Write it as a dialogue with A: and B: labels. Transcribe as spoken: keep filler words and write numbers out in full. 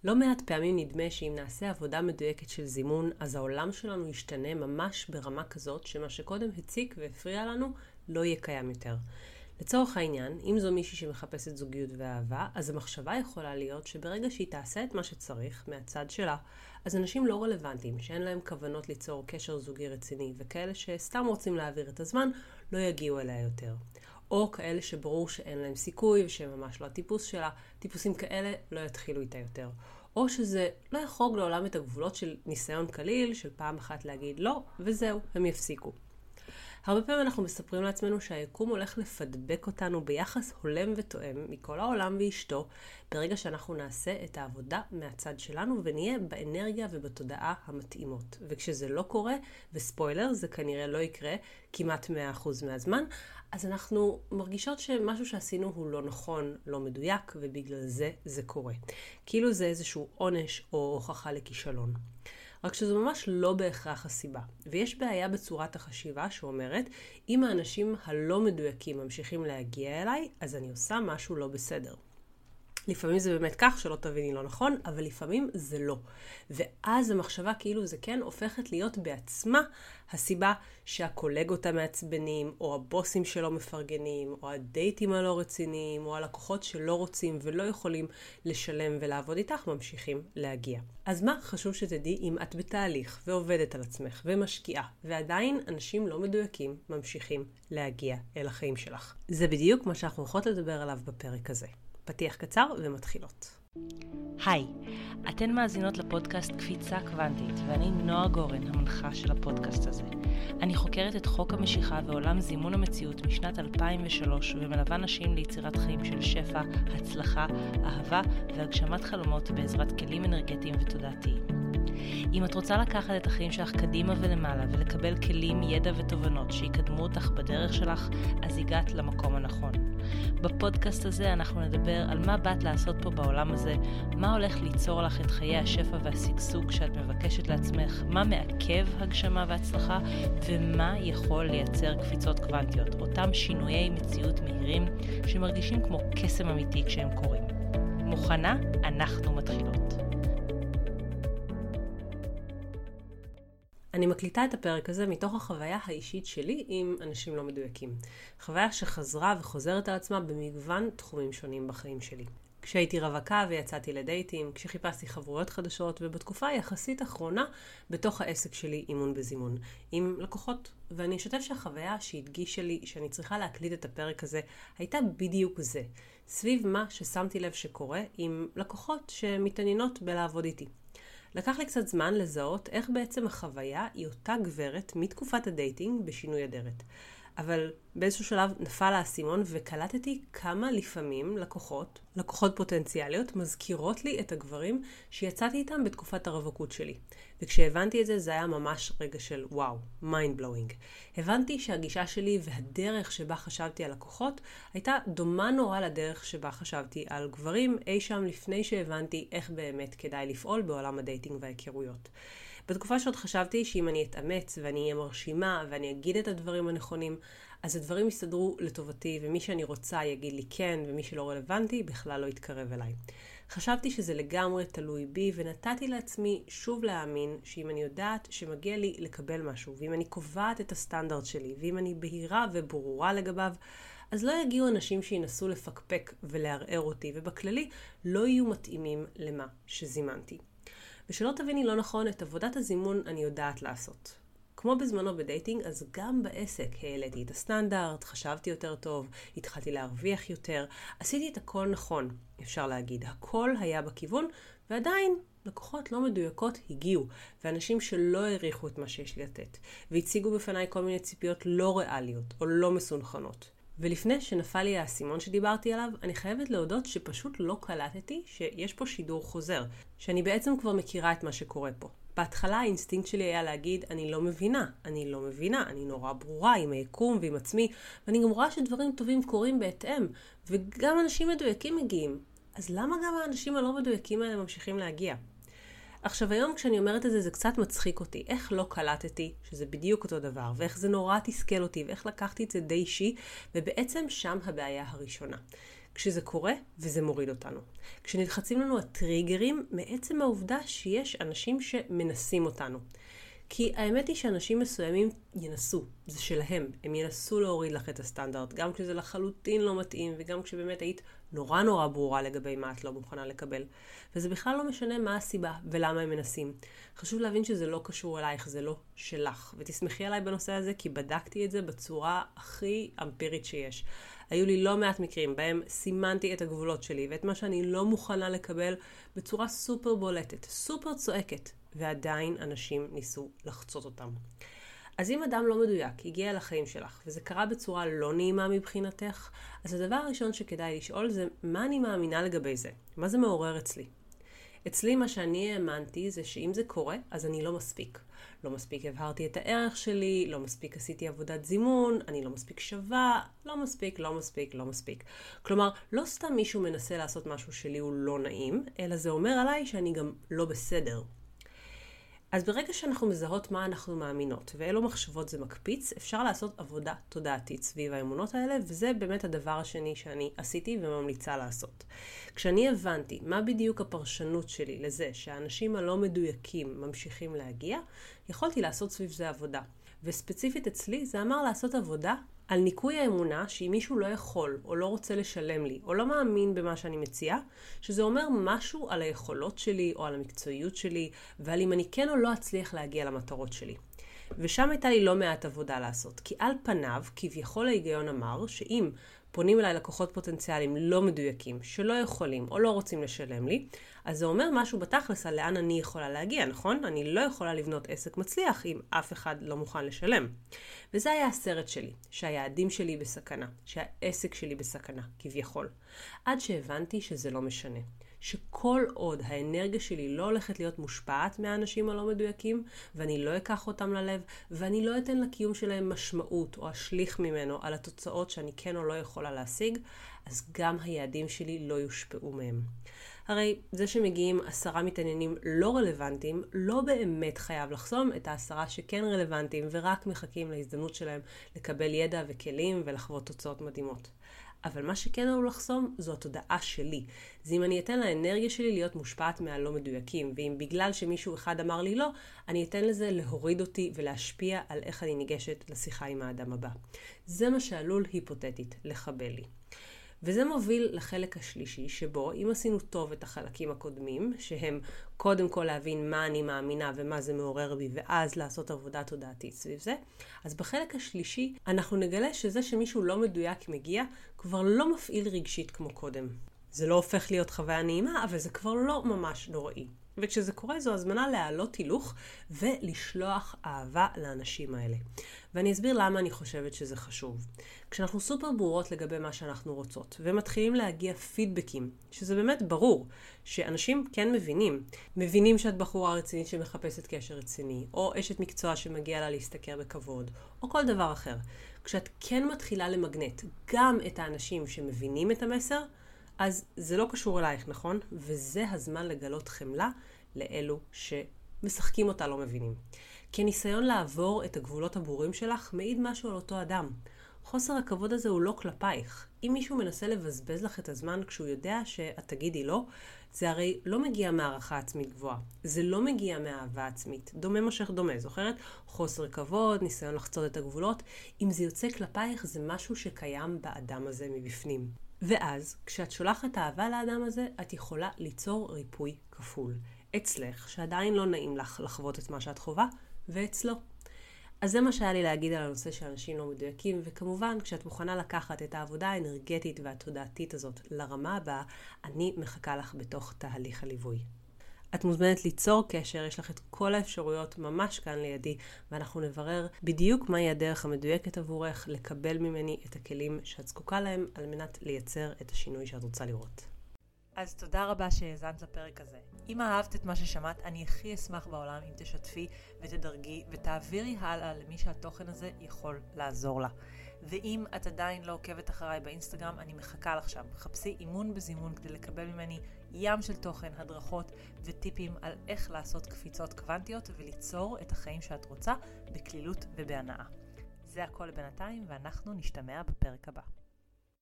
A: לא מעט פעמים נדמה שאם נעשה עבודה מדויקת של זימון, אז העולם שלנו ישתנה ממש ברמה כזאת שמה שקודם הציק והפריע לנו לא יהיה קיים יותר. לצורך העניין, אם זו מישהי שמחפשת זוגיות ואהבה, אז המחשבה יכולה להיות שברגע שהיא תעשה את מה שצריך מהצד שלה, אז אנשים לא רלוונטיים, שאין להם כוונות ליצור קשר זוגי רציני, וכאלה שסתם רוצים להעביר את הזמן, לא יגיעו אליה יותר. או כאלה שברור שאין להם סיכוי ושהם ממש לא הטיפוס שלה, טיפוסים כאלה לא יתחילו איתה יותר. או שזה לא יחרוג לעולם את הגבולות של ניסיון קליל, של פעם אחת להגיד לא, וזהו, הם יפסיקו. הרבה פעמים אנחנו מספרים לעצמנו שהיקום הולך לפדבק אותנו ביחס הולם ותואם מכל העולם ואשתו, ברגע שאנחנו נעשה את העבודה מהצד שלנו ונהיה באנרגיה ובתודעה המתאימות. וכשזה לא קורה, וספוילר, זה כנראה לא יקרה כמעט מאה אחוז מהזמן, אז אנחנו מרגישות שמשהו שעשינו הוא לא נכון, לא מדויק, ובגלל זה זה קורה. כאילו זה איזשהו עונש או הוכחה לכישלון. רק שזו ממש לא בהכרח הסיבה. ויש בעיה בצורת החשיבה שאומרת, אם האנשים הלא מדויקים ממשיכים להגיע אליי, אז אני עושה משהו לא בסדר. לפעמים זה באמת כך, שלא תביני לא נכון, אבל לפעמים זה לא. ואז המחשבה כאילו זה כן הופכת להיות בעצמה הסיבה שהקולגות המעצבנים, או הבוסים שלא מפרגנים, או הדייטים הלא רציניים, או הלקוחות שלא רוצים ולא יכולים לשלם ולעבוד איתך, ממשיכים להגיע. אז מה חשוב שתדעי אם את בתהליך ועובדת על עצמך ומשקיעה, ועדיין אנשים לא מדויקים ממשיכים להגיע אל החיים שלך. זה בדיוק מה שאנחנו הולכות לדבר עליו בפרק הזה. פתיח קצר ומתחילות.
B: היי, אתן מאזינות לפודקאסט קפיצה קוונטית, ואני נועה גורן, המנחה של הפודקאסט הזה. אני חוקרת את חוק המשיכה ועולם זימון המציאות משנת אלפיים ושלוש, ומלווה נשים ליצירת חיים של שפע, הצלחה, אהבה והגשמת חלומות בעזרת כלים אנרגטיים ותודעתיים. אם את רוצה לקחת את החיים שלך קדימה ולמעלה ולקבל כלים, ידע ותובנות שיקדמו אותך בדרך שלך, אז הגעת למקום הנכון. בפודקאסט הזה אנחנו נדבר על מה באת לעשות פה בעולם הזה, מה הולך ליצור לך את חיי השפע והשגשוג שאת מבקשת לעצמך, מה מעכב הגשמה והצלחה, ומה יכול לייצר קפיצות קוונטיות, אותם שינויי מציאות מהירים שמרגישים כמו קסם אמיתי כשהם קורים. מוכנה? אנחנו מתחילות.
A: אני מקליטה את הפרק הזה מתוך החוויה האישית שלי עם אנשים לא מדויקים. חוויה שחזרה וחוזרת על עצמה במגוון תחומים שונים בחיים שלי. כשהייתי רווקה ויצאתי לדייטים, כשחיפשתי חברויות חדשות, ובתקופה היחסית אחרונה בתוך העסק שלי אימון בזימון, עם לקוחות. ואני אשתף שהחוויה שהדגישה לי שאני צריכה להקליט את הפרק הזה הייתה בדיוק זה, סביב מה ששמתי לב שקורה עם לקוחות שמתעניינות בלעבוד איתי. לקח לי קצת זמן לזהות איך בעצם החוויה היא אותה גברת מתקופת הדייטינג בשינוי אדרת. אבל באיזשהו שלב נפל האסימון וקלטתי כמה לפעמים לקוחות, לקוחות פוטנציאליות, מזכירות לי את הגברים שיצאתי איתם בתקופת הרווקות שלי. וכשהבנתי את זה, זה היה ממש רגע של וואו, mind blowing. הבנתי שהגישה שלי והדרך שבה חשבתי על לקוחות הייתה דומה נורא לדרך שבה חשבתי על גברים אי שם לפני שהבנתי איך באמת כדאי לפעול בעולם הדייטינג וההיכרויות. בתקופה שעוד חשבתי שאם אני אתאמץ ואני אהיה מרשימה ואני אגיד את הדברים הנכונים, אז הדברים יסתדרו לטובתי ומי שאני רוצה יגיד לי כן ומי שלא רלוונטי בכלל לא יתקרב אליי. חשבתי שזה לגמרי תלוי בי ונתתי לעצמי שוב להאמין שאם אני יודעת שמגיע לי לקבל משהו ואם אני קובעת את הסטנדרט שלי ואם אני בהירה וברורה לגביו, אז לא יגיעו אנשים שינסו לפקפק ולערער אותי ובכללי לא יהיו מתאימים למה שזימנתי. ושלא תביני לא נכון, את עבודת הזימון אני יודעת לעשות. כמו בזמנו בדייטינג, אז גם בעסק העליתי את הסטנדרט, חשבתי יותר טוב, התחלתי להרוויח יותר, עשיתי את הכל נכון, אפשר להגיד. הכל היה בכיוון, ועדיין לקוחות לא מדויקות הגיעו, ואנשים שלא העריכו את מה שיש לי לתת, והציגו בפניי כל מיני ציפיות לא ריאליות או לא מסונכנות. ולפני שנפל לי האסימון שדיברתי עליו, אני חייבת להודות שפשוט לא קלטתי שיש פה שידור חוזר, שאני בעצם כבר מכירה את מה שקורה פה. בהתחלה האינסטינקט שלי היה להגיד, אני לא מבינה, אני לא מבינה, אני נורא ברורה עם היקום ועם עצמי, ואני גם רואה שדברים טובים קורים בהתאם, וגם אנשים מדויקים מגיעים. אז למה גם האנשים הלא מדויקים האלה ממשיכים להגיע? עכשיו היום כשאני אומרת את זה, זה קצת מצחיק אותי. איך לא קלטתי שזה בדיוק אותו דבר, ואיך זה נורא תסכל אותי, ואיך לקחתי את זה די אישי, ובעצם שם הבעיה הראשונה. כשזה קורה וזה מוריד אותנו. כשנלחצים לנו הטריגרים מעצם העובדה שיש אנשים שמנסים אותנו. כי האמת היא שאנשים מסוימים ינסו, זה שלהם, הם ינסו להוריד לך את הסטנדרט, גם כשזה לחלוטין לא מתאים, וגם כשבאמת היית נורא נורא ברורה לגבי מה את לא מוכנה לקבל. וזה בכלל לא משנה מה הסיבה ולמה הם מנסים. חשוב להבין שזה לא קשור אלייך, זה לא שלך. ותסמכי עליי בנושא הזה, כי בדקתי את זה בצורה הכי אמפירית שיש. היו לי לא מעט מקרים בהם סימנתי את הגבולות שלי, ואת מה שאני לא מוכנה לקבל בצורה סופר בולטת, סופר צועקת. ועדיין אנשים ניסו לחצות אותם. אז אם אדם לא מדויק הגיע לחיים שלך, וזה קרה בצורה לא נעימה מבחינתך, אז הדבר הראשון שכדאי לשאול זה, מה אני מאמינה לגבי זה? מה זה מעורר אצלי? אצלי מה שאני האמנתי זה שאם זה קורה, אז אני לא מספיק. לא מספיק הבהרתי את הערך שלי, לא מספיק עשיתי עבודת זימון, אני לא מספיק שווה, לא מספיק, לא מספיק, לא מספיק. כלומר, לא סתם מישהו מנסה לעשות משהו שלי הוא לא נעים, אלא זה אומר עליי שאני גם לא בסדר. אז ברגע שאנחנו מזהות מה אנחנו מאמינות, ואילו מחשבות זה מקפיץ, אפשר לעשות עבודה תודעתית סביב האמונות האלה, וזה באמת הדבר השני שאני עשיתי וממליצה לעשות. כשאני הבנתי מה בדיוק הפרשנות שלי לזה שהאנשים הלא מדויקים ממשיכים להגיע, יכולתי לעשות סביב זה עבודה. וספציפית אצלי זה אמר לעשות עבודה על ניקוי האמונה שאם מישהו לא יכול או לא רוצה לשלם לי או לא מאמין במה שאני מציעה, שזה אומר משהו על היכולות שלי או על המקצועיות שלי ועל אם אני כן או לא אצליח להגיע למטרות שלי. ושם הייתה לי לא מעט עבודה לעשות, כי על פניו כביכול ההיגיון אמר שאם פונים אליי לקוחות פוטנציאליים לא מדויקים, שלא יכולים או לא רוצים לשלם לי, אז זה אומר משהו בתכלס על לאן אני יכולה להגיע, נכון? אני לא יכולה לבנות עסק מצליח אם אף אחד לא מוכן לשלם. וזה היה הסרט שלי, שהיעדים שלי בסכנה, שהעסק שלי בסכנה, כביכול. עד שהבנתי שזה לא משנה. שכל עוד האנרגיה שלי לא הולכת להיות מושפעת מהאנשים הלא מדויקים, ואני לא אקח אותם ללב, ואני לא אתן לקיום שלהם משמעות או אשליך ממנו על התוצאות שאני כן או לא יכולה להשיג, אז גם היעדים שלי לא יושפעו מהם. הרי זה שמגיעים עשרה מתעניינים לא רלוונטיים, לא באמת חייב לחסום את העשרה שכן רלוונטיים, ורק מחכים להזדמנות שלהם לקבל ידע וכלים ולחוות תוצאות מדהימות. אבל מה שכן הוא לחסום זו התודעה שלי. זה אם אני אתן לאנרגיה שלי להיות מושפעת מהלא מדויקים, ואם בגלל שמישהו אחד אמר לי לא, אני אתן לזה להוריד אותי ולהשפיע על איך אני ניגשת לשיחה עם האדם הבא. זה מה שעלול היפותטית לחבל לי. וזה מוביל לחלק השלישי, שבו אם עשינו טוב את החלקים הקודמים, שהם קודם כל להבין מה אני מאמינה ומה זה מעורר בי, ואז לעשות עבודה תודעתית סביב זה, אז בחלק השלישי אנחנו נגלה שזה שמישהו לא מדויק מגיע, כבר לא מפעיל רגשית כמו קודם. זה לא הופך להיות חוויה נעימה, אבל זה כבר לא ממש נוראי. וכשזה קורה זו הזמנה להעלות הילוך ולשלוח אהבה לאנשים האלה. ואני אסביר למה אני חושבת שזה חשוב. כשאנחנו סופר ברורות לגבי מה שאנחנו רוצות, ומתחילים להגיע פידבקים, שזה באמת ברור, שאנשים כן מבינים. מבינים שאת בחורה רצינית שמחפשת קשר רציני, או אשת מקצוע שמגיע לה להסתכל בכבוד, או כל דבר אחר. כשאת כן מתחילה למגנט גם את האנשים שמבינים את המסר, אז זה לא קשור אלייך, נכון? וזה הזמן לגלות חמלה לאלו שמשחקים אותה לא מבינים. כי הניסיון לעבור את הגבולות הברורים שלך מעיד משהו על אותו אדם. חוסר הכבוד הזה הוא לא כלפייך. אם מישהו מנסה לבזבז לך את הזמן כשהוא יודע שאת תגידי לא, זה הרי לא מגיע מהערכה עצמית גבוהה. זה לא מגיע מהאהבה עצמית. דומה משך דומה, זוכרת? חוסר כבוד, ניסיון לחצות את הגבולות. אם זה יוצא כלפייך, זה משהו שקיים באדם הזה מבפנים. ואז, כשאת שולחת אהבה לאדם הזה, את יכולה ליצור ריפוי כפול. אצלך, שעדיין לא נעים לך לחוות את מה שאת חובה, ואצלו. אז זה מה שהיה לי להגיד על הנושא של אנשים לא מדויקים, וכמובן, כשאת מוכנה לקחת את העבודה האנרגטית והתודעתית הזאת לרמה הבאה, אני מחכה לך בתוך תהליך הליווי. את מוזמנת ליצור קשר, יש לך את כל האפשרויות ממש כאן לידי, ואנחנו נברר בדיוק מהי הדרך המדויקת עבורך לקבל ממני את הכלים שאת זקוקה להם על מנת לייצר את השינוי שאת רוצה לראות.
B: אז תודה רבה שהאזנת לפרק הזה. אם אהבת את מה ששמעת, אני הכי אשמח בעולם אם תשתפי ותדרגי ותעבירי הלאה למי שהתוכן הזה יכול לעזור לה. ואם את עדיין לא עוקבת אחריי באינסטגרם, אני מחכה לך שם. חפשי אימון בזימון כדי לקבל ממני ים של תוכן, הדרכות וטיפים על איך לעשות קפיצות קוונטיות וליצור את החיים שאת רוצה בכלילות ובהנאה. זה הכל בינתיים, ואנחנו נשתמע בפרק הבא.